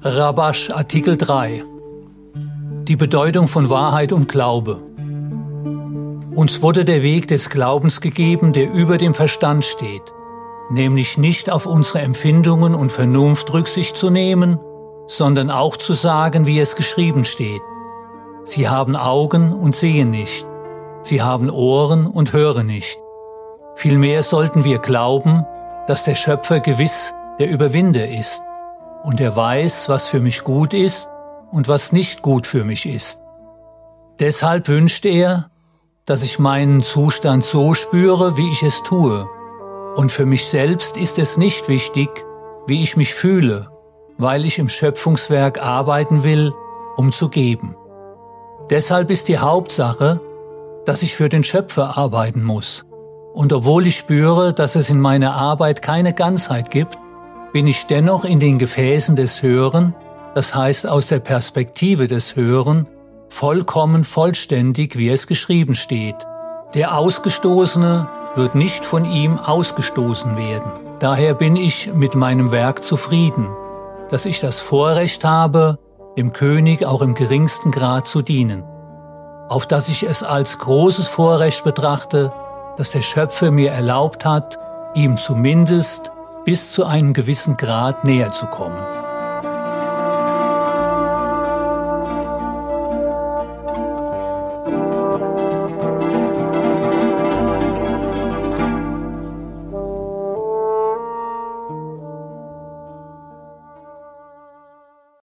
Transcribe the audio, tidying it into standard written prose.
Rabash, Artikel 3. Die Bedeutung von Wahrheit und Glaube. Uns wurde der Weg des Glaubens gegeben, der über dem Verstand steht, nämlich nicht auf unsere Empfindungen und Vernunft Rücksicht zu nehmen, sondern auch zu sagen, wie es geschrieben steht. Sie haben Augen und sehen nicht, sie haben Ohren und hören nicht. Vielmehr sollten wir glauben, dass der Schöpfer gewiss der Überwinder ist und er weiß, was für mich gut ist und was nicht gut für mich ist. Deshalb wünscht er, dass ich meinen Zustand so spüre, wie ich es tue. Und für mich selbst ist es nicht wichtig, wie ich mich fühle, weil ich im Schöpfungswerk arbeiten will, um zu geben. Deshalb ist die Hauptsache, dass ich für den Schöpfer arbeiten muss. Und obwohl ich spüre, dass es in meiner Arbeit keine Ganzheit gibt, bin ich dennoch in den Gefäßen des Hören, das heißt aus der Perspektive des Hören, vollkommen vollständig, wie es geschrieben steht. Der Ausgestoßene wird nicht von ihm ausgestoßen werden. Daher bin ich mit meinem Werk zufrieden, dass ich das Vorrecht habe, dem König auch im geringsten Grad zu dienen, auf dass ich es als großes Vorrecht betrachte, dass der Schöpfer mir erlaubt hat, ihm zumindest bis zu einem gewissen Grad näher zu kommen.